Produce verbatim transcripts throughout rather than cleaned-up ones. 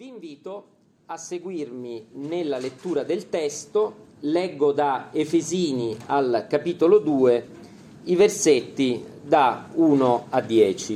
Vi invito a seguirmi nella lettura del testo. Leggo da Efesini al capitolo due i versetti da uno a dieci.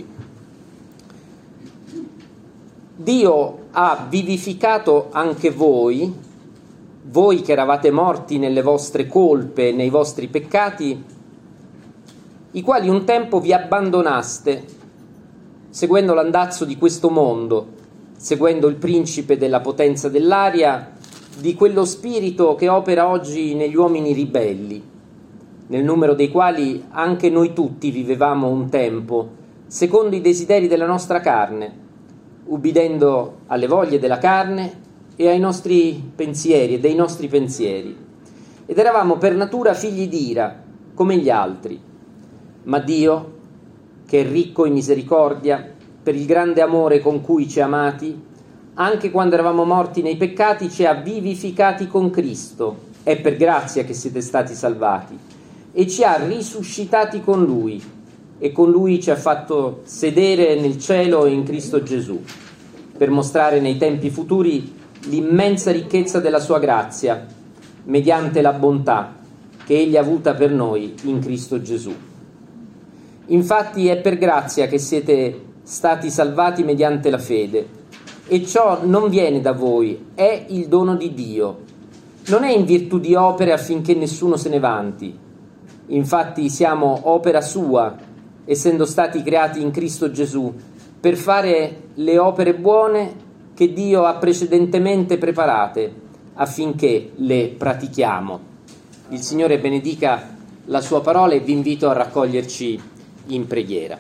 Dio ha vivificato anche voi, voi che eravate morti nelle vostre colpe e nei vostri peccati, i quali un tempo vi abbandonaste, seguendo l'andazzo di questo mondo, seguendo il principe della potenza dell'aria, di quello spirito che opera oggi negli uomini ribelli, nel numero dei quali anche noi tutti vivevamo un tempo, secondo i desideri della nostra carne, ubbidendo alle voglie della carne e ai nostri pensieri e dei nostri pensieri. Ed eravamo per natura figli d'ira, come gli altri. Ma Dio, che è ricco in misericordia, per il grande amore con cui ci ha amati, anche quando eravamo morti nei peccati, ci ha vivificati con Cristo. È per grazia che siete stati salvati. E ci ha risuscitati con Lui. E con Lui ci ha fatto sedere nel cielo in Cristo Gesù, per mostrare nei tempi futuri l'immensa ricchezza della sua grazia, mediante la bontà che Egli ha avuta per noi in Cristo Gesù. Infatti è per grazia che siete stati salvati mediante la fede, e ciò non viene da voi, è il dono di Dio. Non è in virtù di opere affinché nessuno se ne vanti. Infatti siamo opera sua, essendo stati creati in Cristo Gesù, per fare le opere buone che Dio ha precedentemente preparate, affinché le pratichiamo. Il Signore benedica la sua parola e vi invito a raccoglierci in preghiera.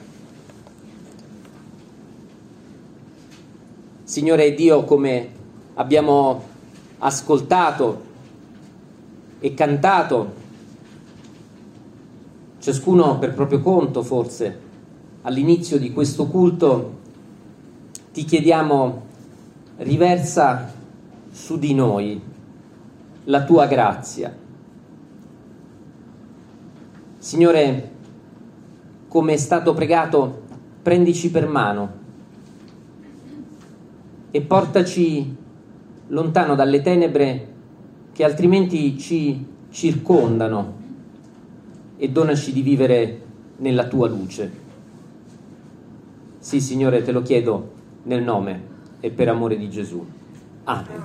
Signore Dio, come abbiamo ascoltato e cantato, ciascuno per proprio conto forse, all'inizio di questo culto, ti chiediamo, riversa su di noi la tua grazia. Signore, come è stato pregato, prendici per mano e portaci lontano dalle tenebre che altrimenti ci circondano e donaci di vivere nella tua luce. Sì, Signore, te lo chiedo nel nome e per amore di Gesù. Amen.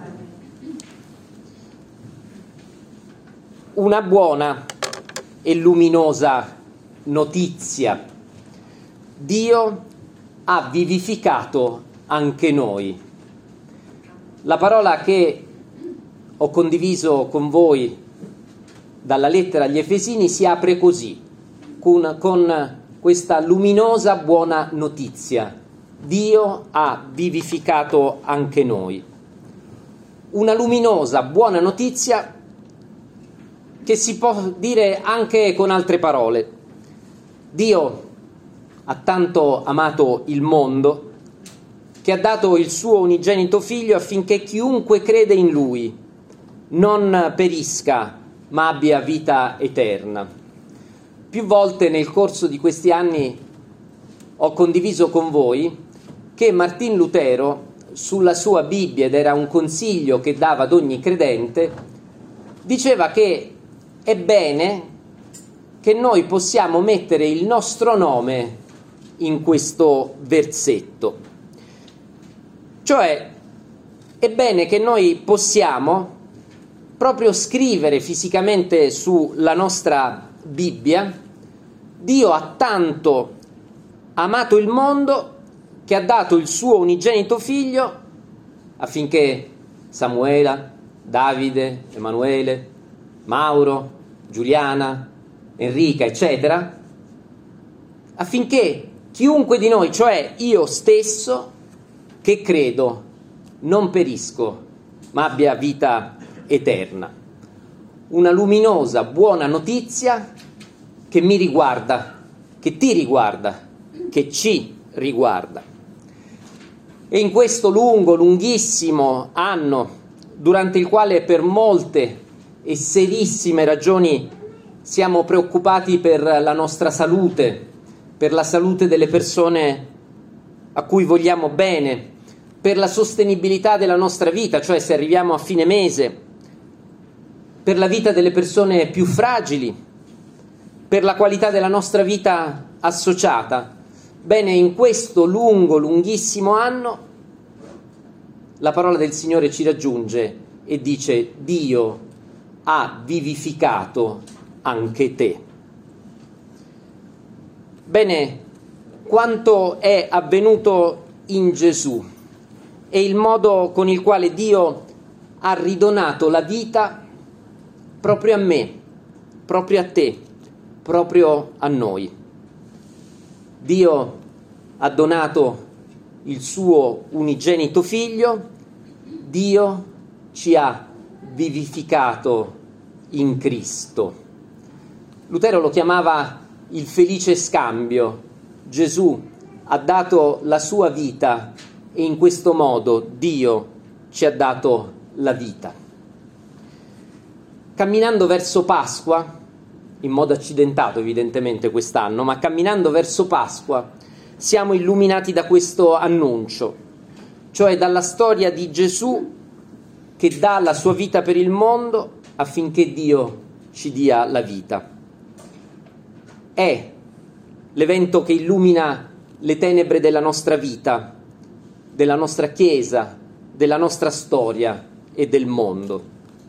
Una buona e luminosa notizia. Dio ha vivificato anche noi. La parola che ho condiviso con voi dalla lettera agli Efesini si apre così, con, con questa luminosa buona notizia. Dio ha vivificato anche noi. Una luminosa buona notizia che si può dire anche con altre parole. Dio ha tanto amato il mondo che ha dato il suo unigenito figlio affinché chiunque crede in lui non perisca, ma abbia vita eterna. Più volte nel corso di questi anni ho condiviso con voi che Martin Lutero, sulla sua Bibbia, ed era un consiglio che dava ad ogni credente, diceva che è bene che noi possiamo mettere il nostro nome in questo versetto. Cioè, è bene che noi possiamo proprio scrivere fisicamente sulla nostra Bibbia: Dio ha tanto amato il mondo che ha dato il suo unigenito figlio affinché Samuela, Davide, Emanuele, Mauro, Giuliana, Enrica, eccetera, affinché chiunque di noi, cioè io stesso, che credo, non perisco, ma abbia vita eterna. Una luminosa, buona notizia che mi riguarda, che ti riguarda, che ci riguarda. E in questo lungo, lunghissimo anno, durante il quale per molte e serissime ragioni siamo preoccupati per la nostra salute, per la salute delle persone a cui vogliamo bene, per la sostenibilità della nostra vita, cioè se arriviamo a fine mese, per la vita delle persone più fragili, per la qualità della nostra vita associata. Bene, in questo lungo, lunghissimo anno, la parola del Signore ci raggiunge e dice: Dio ha vivificato anche te. Bene, quanto è avvenuto in Gesù e il modo con il quale Dio ha ridonato la vita proprio a me, proprio a te, proprio a noi. Dio ha donato il suo unigenito figlio, Dio ci ha vivificato in Cristo. Lutero lo chiamava il felice scambio. Gesù ha dato la sua vita e in questo modo Dio ci ha dato la vita. Camminando verso Pasqua, in modo accidentato evidentemente quest'anno, ma camminando verso Pasqua siamo illuminati da questo annuncio, cioè dalla storia di Gesù che dà la sua vita per il mondo affinché Dio ci dia la vita. È l'evento che illumina le tenebre della nostra vita, della nostra Chiesa, della nostra storia e del mondo.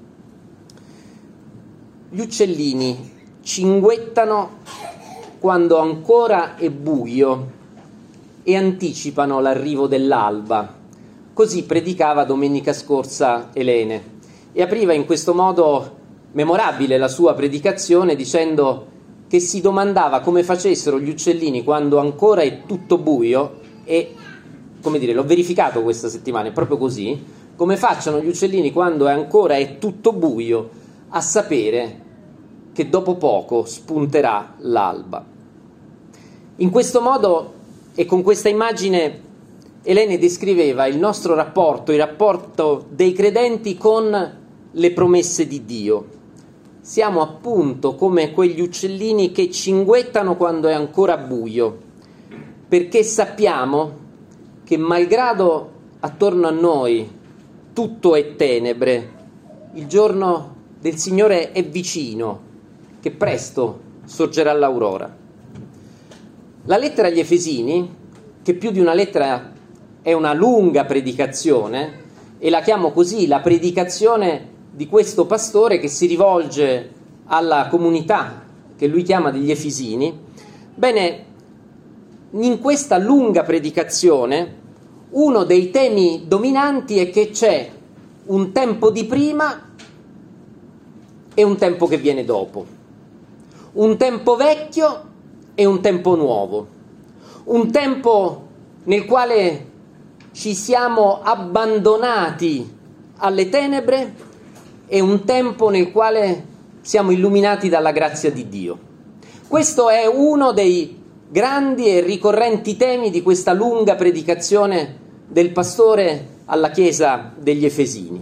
Gli uccellini cinguettano quando ancora è buio e anticipano l'arrivo dell'alba. Così predicava domenica scorsa Elene e apriva in questo modo memorabile la sua predicazione dicendo che si domandava come facessero gli uccellini quando ancora è tutto buio e, come dire, l'ho verificato questa settimana, è proprio così, come facciano gli uccellini quando ancora è tutto buio a sapere che dopo poco spunterà l'alba. In questo modo e con questa immagine Elene descriveva il nostro rapporto, il rapporto dei credenti con le promesse di Dio. Siamo appunto come quegli uccellini che cinguettano quando è ancora buio, perché sappiamo che malgrado attorno a noi tutto è tenebre, il giorno del Signore è vicino, che presto sorgerà l'aurora. La lettera agli Efesini, che più di una lettera è una lunga predicazione, e la chiamo così, la predicazione di questo pastore che si rivolge alla comunità che lui chiama degli Efesini. Bene, in questa lunga predicazione uno dei temi dominanti è che c'è un tempo di prima e un tempo che viene dopo, un tempo vecchio e un tempo nuovo, un tempo nel quale ci siamo abbandonati alle tenebre e un tempo nel quale siamo illuminati dalla grazia di Dio. Questo è uno dei grandi e ricorrenti temi di questa lunga predicazione del pastore alla Chiesa degli Efesini.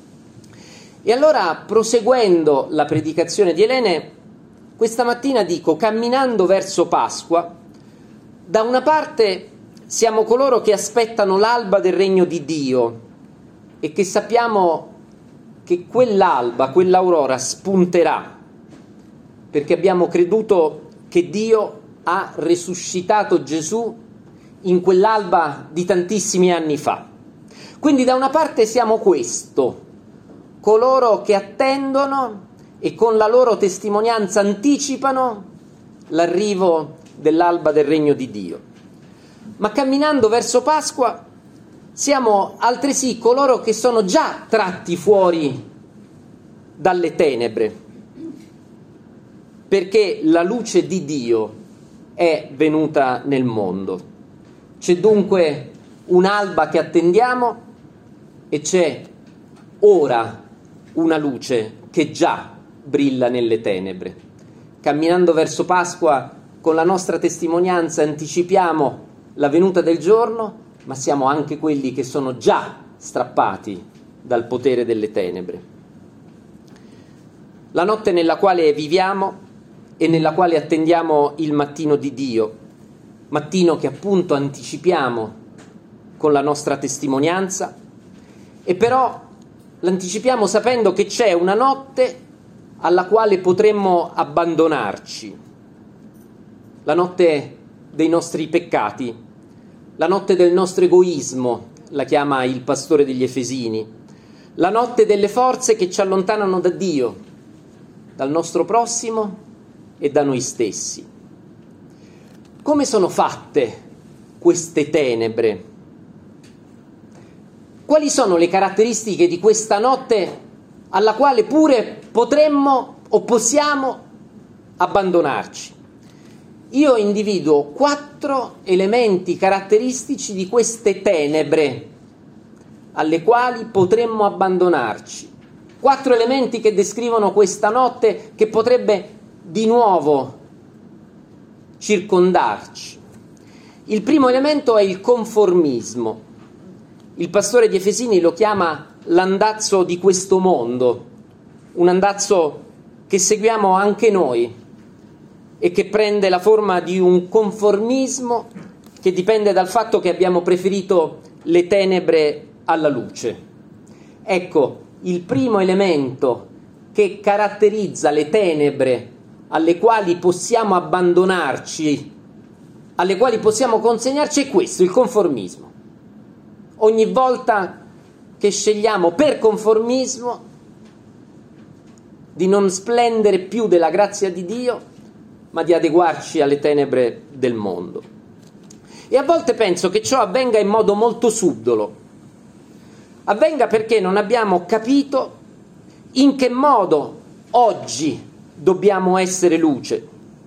E allora, proseguendo la predicazione di Elene, questa mattina dico, camminando verso Pasqua, da una parte siamo coloro che aspettano l'alba del regno di Dio e che sappiamo che quell'alba, quell'aurora spunterà, perché abbiamo creduto che Dio ha resuscitato Gesù in quell'alba di tantissimi anni fa. Quindi da una parte siamo questo, coloro che attendono e con la loro testimonianza anticipano l'arrivo dell'alba del regno di Dio. Ma camminando verso Pasqua siamo altresì coloro che sono già tratti fuori dalle tenebre, perché la luce di Dio è venuta nel mondo. C'è dunque un'alba che attendiamo e c'è ora una luce che già brilla nelle tenebre. Camminando verso Pasqua, con la nostra testimonianza anticipiamo la venuta del giorno, ma siamo anche quelli che sono già strappati dal potere delle tenebre. La notte nella quale viviamo e nella quale attendiamo il mattino di Dio, mattino che appunto anticipiamo con la nostra testimonianza, e però l'anticipiamo sapendo che c'è una notte alla quale potremmo abbandonarci, la notte dei nostri peccati, la notte del nostro egoismo, la chiama il pastore degli Efesini, la notte delle forze che ci allontanano da Dio, dal nostro prossimo e da noi stessi. Come sono fatte queste tenebre? Quali sono le caratteristiche di questa notte alla quale pure potremmo o possiamo abbandonarci? Io individuo quattro elementi caratteristici di queste tenebre alle quali potremmo abbandonarci. Quattro elementi che descrivono questa notte che potrebbe di nuovo circondarci. Il primo elemento è il conformismo. Il pastore di Efesini lo chiama l'andazzo di questo mondo, un andazzo che seguiamo anche noi e che prende la forma di un conformismo che dipende dal fatto che abbiamo preferito le tenebre alla luce. Ecco, il primo elemento che caratterizza le tenebre alle quali possiamo abbandonarci, alle quali possiamo consegnarci, è questo, il conformismo. Ogni volta che scegliamo per conformismo di non splendere più della grazia di Dio, ma di adeguarci alle tenebre del mondo. E a volte penso che ciò avvenga in modo molto subdolo. Avvenga perché non abbiamo capito in che modo oggi dobbiamo essere luce.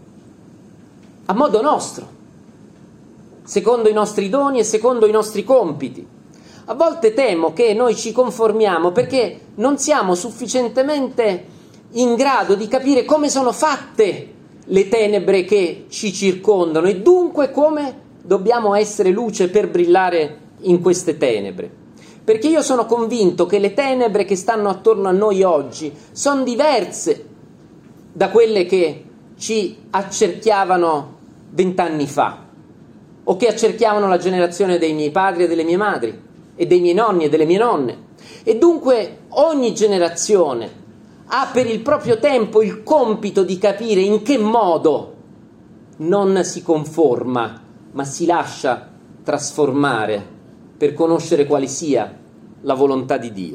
A modo nostro, secondo i nostri doni e secondo i nostri compiti. A volte temo che noi ci conformiamo perché non siamo sufficientemente in grado di capire come sono fatte le tenebre che ci circondano e dunque come dobbiamo essere luce per brillare in queste tenebre. Perché io sono convinto che le tenebre che stanno attorno a noi oggi sono diverse da quelle che ci accerchiavano vent'anni fa o che accerchiavano la generazione dei miei padri e delle mie madri e dei miei nonni e delle mie nonne. E dunque ogni generazione ha per il proprio tempo il compito di capire in che modo non si conforma, ma si lascia trasformare per conoscere quale sia la volontà di Dio.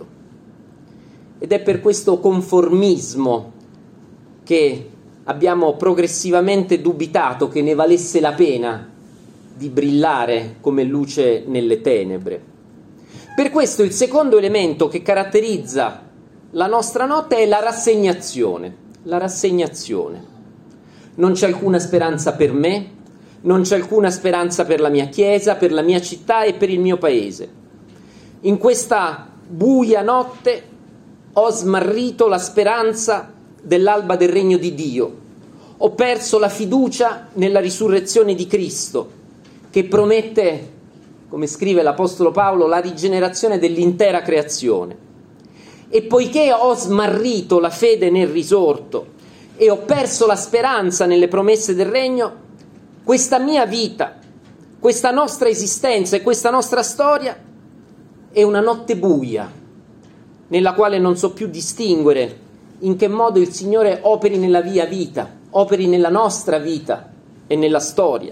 Ed è per questo conformismo che abbiamo progressivamente dubitato che ne valesse la pena di brillare come luce nelle tenebre. Per questo il secondo elemento che caratterizza la nostra notte è la rassegnazione. La rassegnazione. Non c'è alcuna speranza per me, non c'è alcuna speranza per la mia chiesa, per la mia città e per il mio paese. In questa buia notte ho smarrito la speranza dell'alba del regno di Dio. Ho perso la fiducia nella risurrezione di Cristo, che promette, come scrive l'Apostolo Paolo, la rigenerazione dell'intera creazione. E poiché ho smarrito la fede nel risorto e ho perso la speranza nelle promesse del regno, questa mia vita, questa nostra esistenza e questa nostra storia è una notte buia, nella quale non so più distinguere in che modo il Signore operi nella mia vita, operi nella nostra vita e nella storia.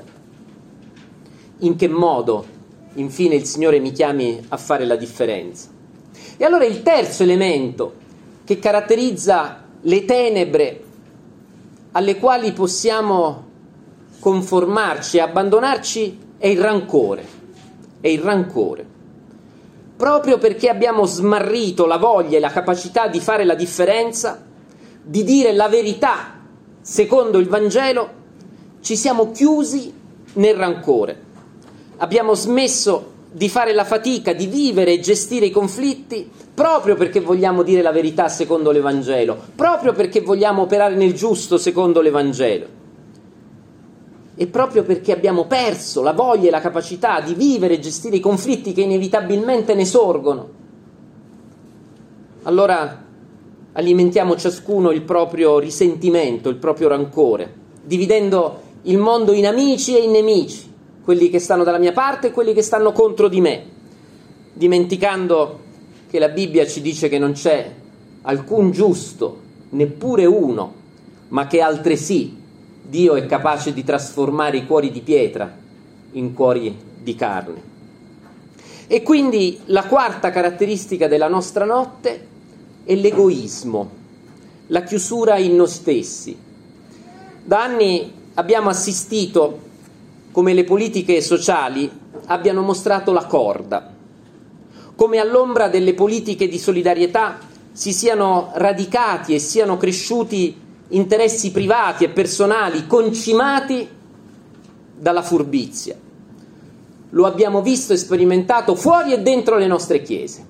In che modo, infine, il Signore mi chiami a fare la differenza. E allora il terzo elemento che caratterizza le tenebre alle quali possiamo conformarci e abbandonarci è il rancore. È il rancore. Proprio perché abbiamo smarrito la voglia e la capacità di fare la differenza, di dire la verità secondo il Vangelo, ci siamo chiusi nel rancore. Abbiamo smesso di fare la fatica di vivere e gestire i conflitti proprio perché vogliamo dire la verità secondo l'Evangelo, proprio perché vogliamo operare nel giusto secondo l'Evangelo. E proprio perché abbiamo perso la voglia e la capacità di vivere e gestire i conflitti che inevitabilmente ne sorgono, allora alimentiamo ciascuno il proprio risentimento, il proprio rancore, dividendo il mondo in amici e in nemici, quelli che stanno dalla mia parte e quelli che stanno contro di me. dimenticando che la Bibbia ci dice che non c'è alcun giusto, neppure uno, ma che altresì Dio è capace di trasformare i cuori di pietra in cuori di carne. E quindi la quarta caratteristica della nostra notte è l'egoismo, la chiusura in noi stessi. Da anni abbiamo assistito come le politiche sociali abbiano mostrato la corda, come all'ombra delle politiche di solidarietà si siano radicati e siano cresciuti interessi privati e personali concimati dalla furbizia. Lo abbiamo visto e sperimentato fuori e dentro le nostre chiese.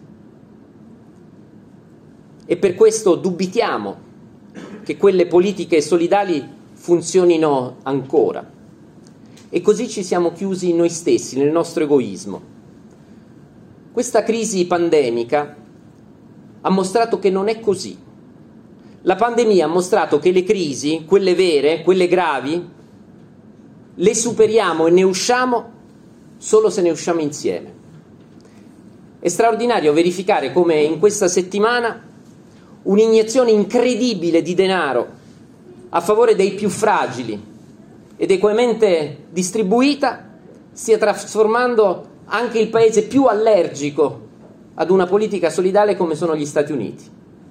E per questo dubitiamo che quelle politiche solidali funzionino ancora. E così ci siamo chiusi in noi stessi, nel nostro egoismo. Questa crisi pandemica ha mostrato che non è così. La pandemia ha mostrato che le crisi, quelle vere, quelle gravi, le superiamo e ne usciamo solo se ne usciamo insieme. È straordinario verificare come in questa settimana un'iniezione incredibile di denaro a favore dei più fragili ed equamente distribuita stia trasformando anche il paese più allergico ad una politica solidale come sono gli Stati Uniti.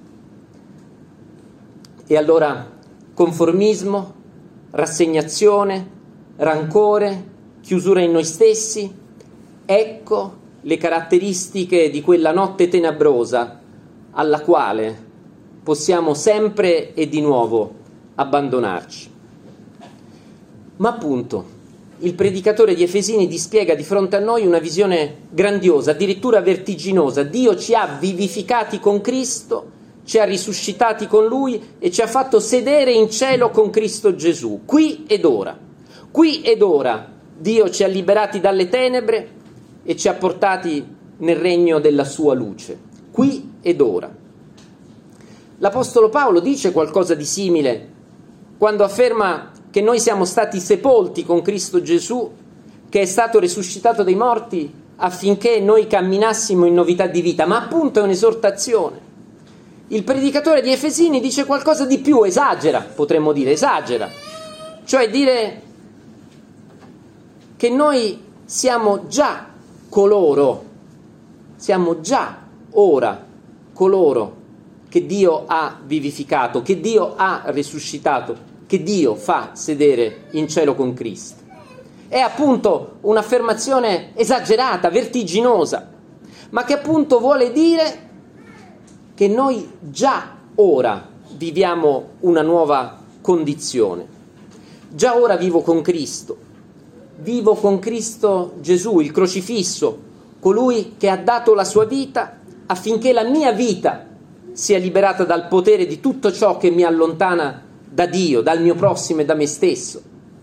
E allora conformismo, rassegnazione, rancore, chiusura in noi stessi, ecco le caratteristiche di quella notte tenebrosa alla quale possiamo sempre e di nuovo abbandonarci. Ma appunto, il predicatore di Efesini dispiega di fronte a noi una visione grandiosa, addirittura vertiginosa. Dio ci ha vivificati con Cristo, ci ha risuscitati con Lui e ci ha fatto sedere in cielo con Cristo Gesù, qui ed ora. Qui ed ora Dio ci ha liberati dalle tenebre e ci ha portati nel regno della sua luce, qui ed ora. L'Apostolo Paolo dice qualcosa di simile quando afferma che noi siamo stati sepolti con Cristo Gesù, che è stato risuscitato dai morti affinché noi camminassimo in novità di vita, ma appunto è un'esortazione. Il predicatore di Efesini dice qualcosa di più, esagera, potremmo dire, esagera, cioè dire che noi siamo già coloro, siamo già ora coloro che Dio ha vivificato, che Dio ha risuscitato, che Dio fa sedere in cielo con Cristo. È appunto un'affermazione esagerata, vertiginosa, ma che appunto vuole dire che noi già ora viviamo una nuova condizione. Già ora vivo con Cristo, vivo con Cristo Gesù, il crocifisso, colui che ha dato la sua vita affinché la mia vita sia liberata dal potere di tutto ciò che mi allontana da Dio, dal mio prossimo e da me stesso,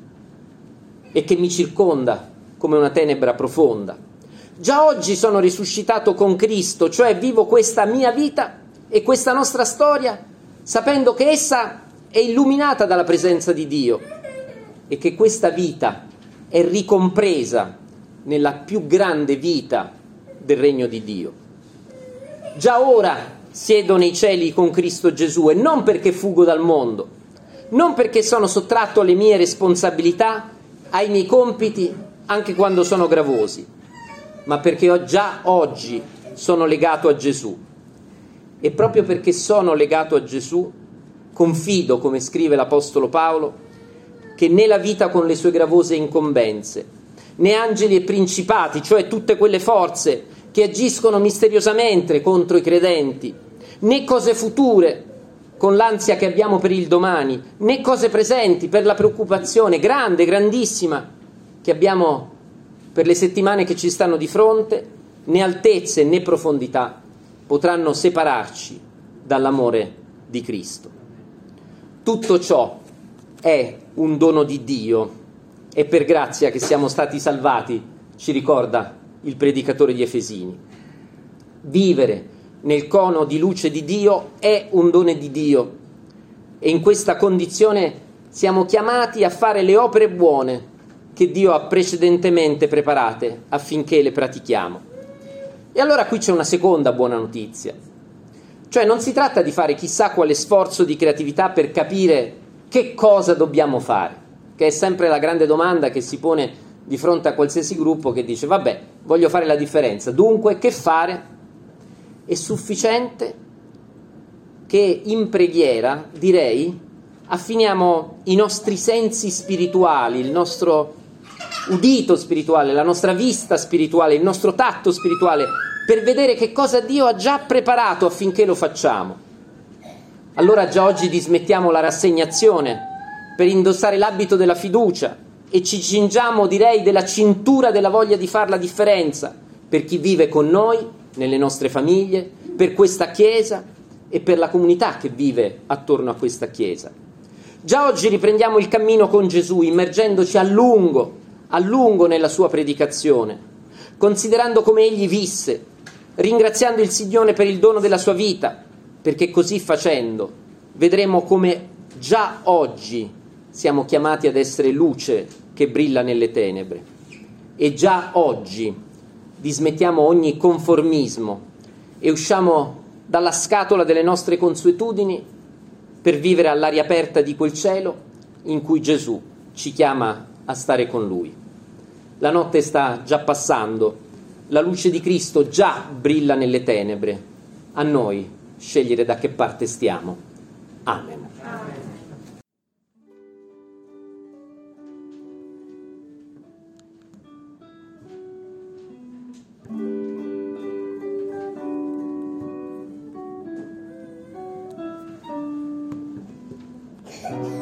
e che mi circonda come una tenebra profonda. Già oggi sono risuscitato con Cristo, cioè vivo questa mia vita e questa nostra storia sapendo che essa è illuminata dalla presenza di Dio e che questa vita è ricompresa nella più grande vita del regno di Dio. Già ora siedo nei cieli con Cristo Gesù e non perché fuggo dal mondo, non perché sono sottratto alle mie responsabilità, ai miei compiti, anche quando sono gravosi, ma perché ho già oggi sono legato a Gesù. E proprio perché sono legato a Gesù, confido, come scrive l'Apostolo Paolo, che né la vita con le sue gravose incombenze, né angeli e principati, cioè tutte quelle forze che agiscono misteriosamente contro i credenti, né cose future, con l'ansia che abbiamo per il domani, né cose presenti per la preoccupazione grande, grandissima che abbiamo per le settimane che ci stanno di fronte, né altezze né profondità potranno separarci dall'amore di Cristo. Tutto ciò è un dono di Dio, è per grazia che siamo stati salvati, ci ricorda il predicatore di Efesini. Vivere nel cono di luce di Dio è un dono di Dio e in questa condizione siamo chiamati a fare le opere buone che Dio ha precedentemente preparate affinché le pratichiamo. E allora qui c'è una seconda buona notizia. Cioè non si tratta di fare chissà quale sforzo di creatività per capire che cosa dobbiamo fare, che è sempre la grande domanda che si pone di fronte a qualsiasi gruppo che dice vabbè, voglio fare la differenza, dunque che fare? È sufficiente che in preghiera, direi, affiniamo i nostri sensi spirituali, il nostro udito spirituale, la nostra vista spirituale, il nostro tatto spirituale, per vedere che cosa Dio ha già preparato affinché lo facciamo. Allora già oggi dismettiamo la rassegnazione per indossare l'abito della fiducia e ci cingiamo, direi, della cintura della voglia di fare la differenza per chi vive con noi, nelle nostre famiglie, per questa Chiesa e per la comunità che vive attorno a questa Chiesa. Già oggi riprendiamo il cammino con Gesù, immergendoci a lungo, a lungo nella sua predicazione, considerando come egli visse, ringraziando il Signore per il dono della sua vita, perché così facendo vedremo come già oggi siamo chiamati ad essere luce che brilla nelle tenebre e già oggi dismettiamo ogni conformismo e usciamo dalla scatola delle nostre consuetudini per vivere all'aria aperta di quel cielo in cui Gesù ci chiama a stare con Lui. La notte sta già passando, la luce di Cristo già brilla nelle tenebre. A noi scegliere da che parte stiamo. Amen. Amen. Thank you.